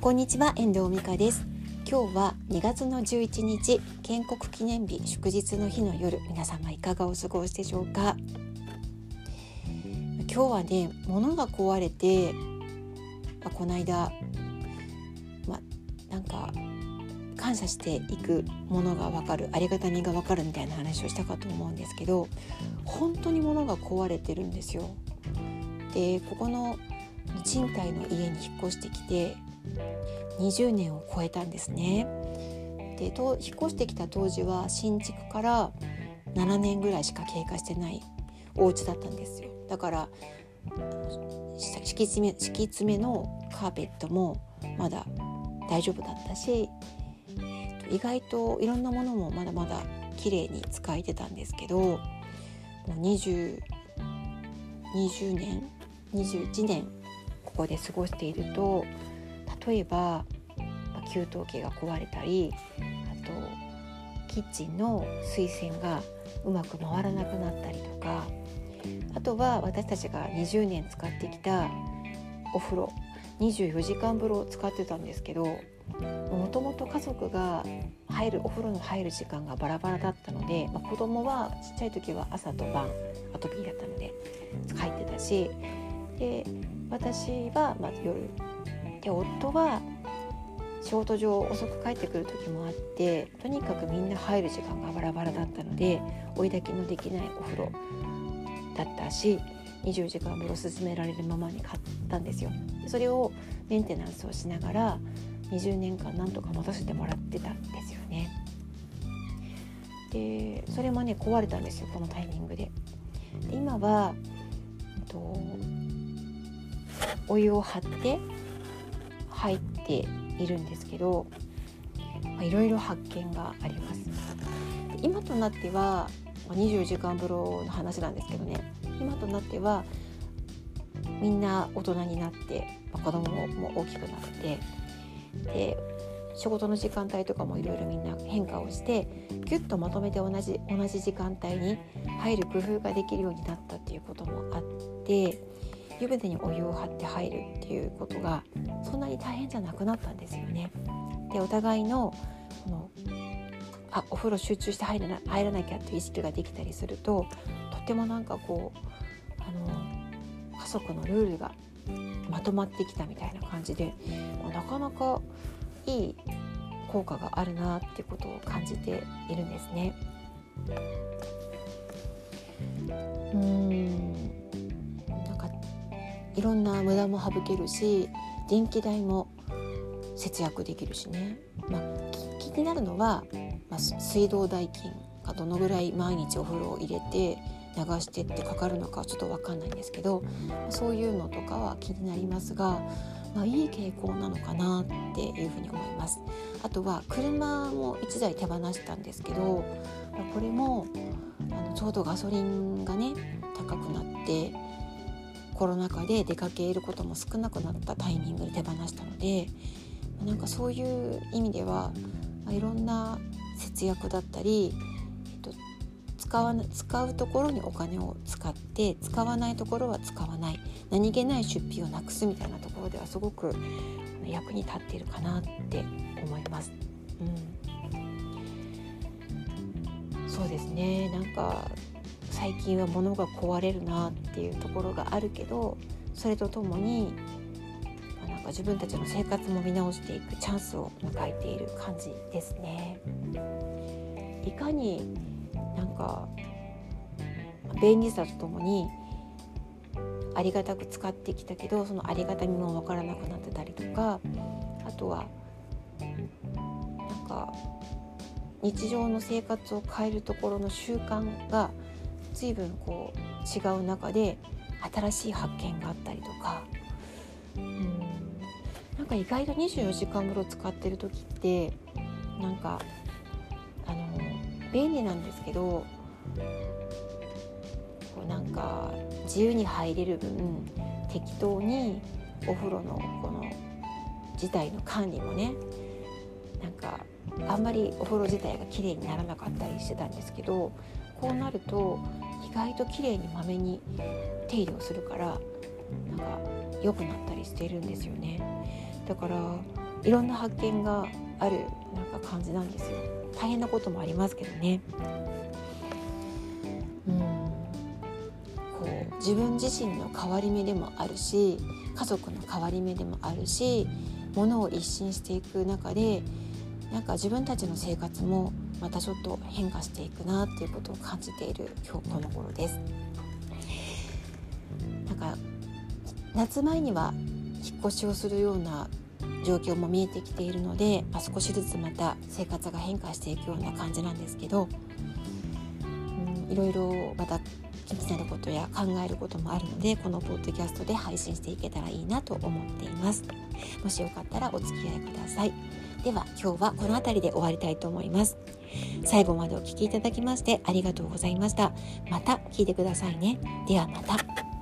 こんにちは、遠藤美香です。今日は2月の11日建国記念日祝日の日の夜、皆様いかがお過ごしでしょうか。今日はね、物が壊れて、この間、なんか感謝していくものが分かる、ありがたみが分かるみたいな話をしたかと思うんですけど、本当に物が壊れてるんですよ。で、ここの賃貸の家に引っ越してきて20年を超えたんですね。で、引っ越してきた当時は新築から7年ぐらいしか経過してないお家だったんですよ。だから敷き詰めのカーペットもまだ大丈夫だったし、意外といろんなものもまだまだ綺麗に使えてたんですけど、もう20年21年ここで過ごしていると、例えば給湯器が壊れたり、あとキッチンの水栓がうまく回らなくなったりとか、あとは私たちが20年使ってきたお風呂、24時間風呂を使ってたんですけど、もともと家族がお風呂の入る時間がバラバラだったので、子供はちっちゃい時は朝と晩アトピーだったので入ってたし、で私は夜で、夫は仕事上遅く帰ってくる時もあって、とにかくみんな入る時間がバラバラだったので追い焚きのできないお風呂だったし、24時間風呂勧められるままに買ったんですよ。それをメンテナンスをしながら20年間なんとか持たせてもらってたんですよね。で、それもね壊れたんですよ、このタイミングで。今はお湯を張って入っているんですけど、いろいろ発見があります。今となっては24時間風呂の話なんですけどね、今となってはみんな大人になって、子供も大きくなって、で仕事の時間帯とかもいろいろみんな変化をしてギュッとまとめて同じ時間帯に入る工夫ができるようになったっていうこともあって、湯船にお湯を張って入るっていうことがそんなに大変じゃなくなったんですよね。で、お互いのお風呂集中して入らなきゃっていう意識ができたりすると、とってもなんか家族のルールがまとまってきたみたいな感じで、なかなかいい効果があるなってことを感じているんですね。なんかいろんな無駄も省けるし、電気代も節約できるしね。気になるのは、水道代金がどのぐらい毎日お風呂を入れて流してってかかるのかはちょっと分かんないんですけど、そういうのとかは気になりますが、いい傾向なのかなっていうふうに思います。あとは車も1台手放したんですけど、これもちょうどガソリンがね高くなってコロナ禍で出かけることも少なくなったタイミングで手放したので、なんかそういう意味ではいろんな節約だったり、使うところにお金を使って使わないところは使わない、何気ない出費をなくすみたいなところではすごく役に立っているかなって思います。そうですね、なんか最近は物が壊れるなっていうところがあるけど、それとともになんか自分たちの生活も見直していくチャンスを迎えている感じですね。いかになんか便利さとともにありがたく使ってきたけど、そのありがたみも分からなくなってたりとか、あとはなんか日常の生活を変えるところの習慣が随分違う中で新しい発見があったりとか、なんか意外と24時間風呂使ってる時ってなんか便利なんですけど、なんか自由に入れる分適当にお風呂のこの自体の管理もね、なんかあんまりお風呂自体が綺麗にならなかったりしてたんですけど、こうなると意外と綺麗にまめに手入れをするからなんか良くなったりしてるんですよね。だからいろんな発見があるなんか感じなんですよ。大変なこともありますけどね。こう自分自身の変わり目でもあるし、家族の変わり目でもあるし、ものを一新していく中でなんか自分たちの生活もまたちょっと変化していくなっていうことを感じている今日この頃です。なんか夏前には引っ越しをするような状況も見えてきているので、少しずつまた生活が変化していくような感じなんですけど、いろいろまた気になることや考えることもあるので、このポッドキャストで配信していけたらいいなと思っています。もしよかったらお付き合いください。では今日はこの辺りで終わりたいと思います。最後までお聞きいただきましてありがとうございました。また聞いてくださいね。ではまた。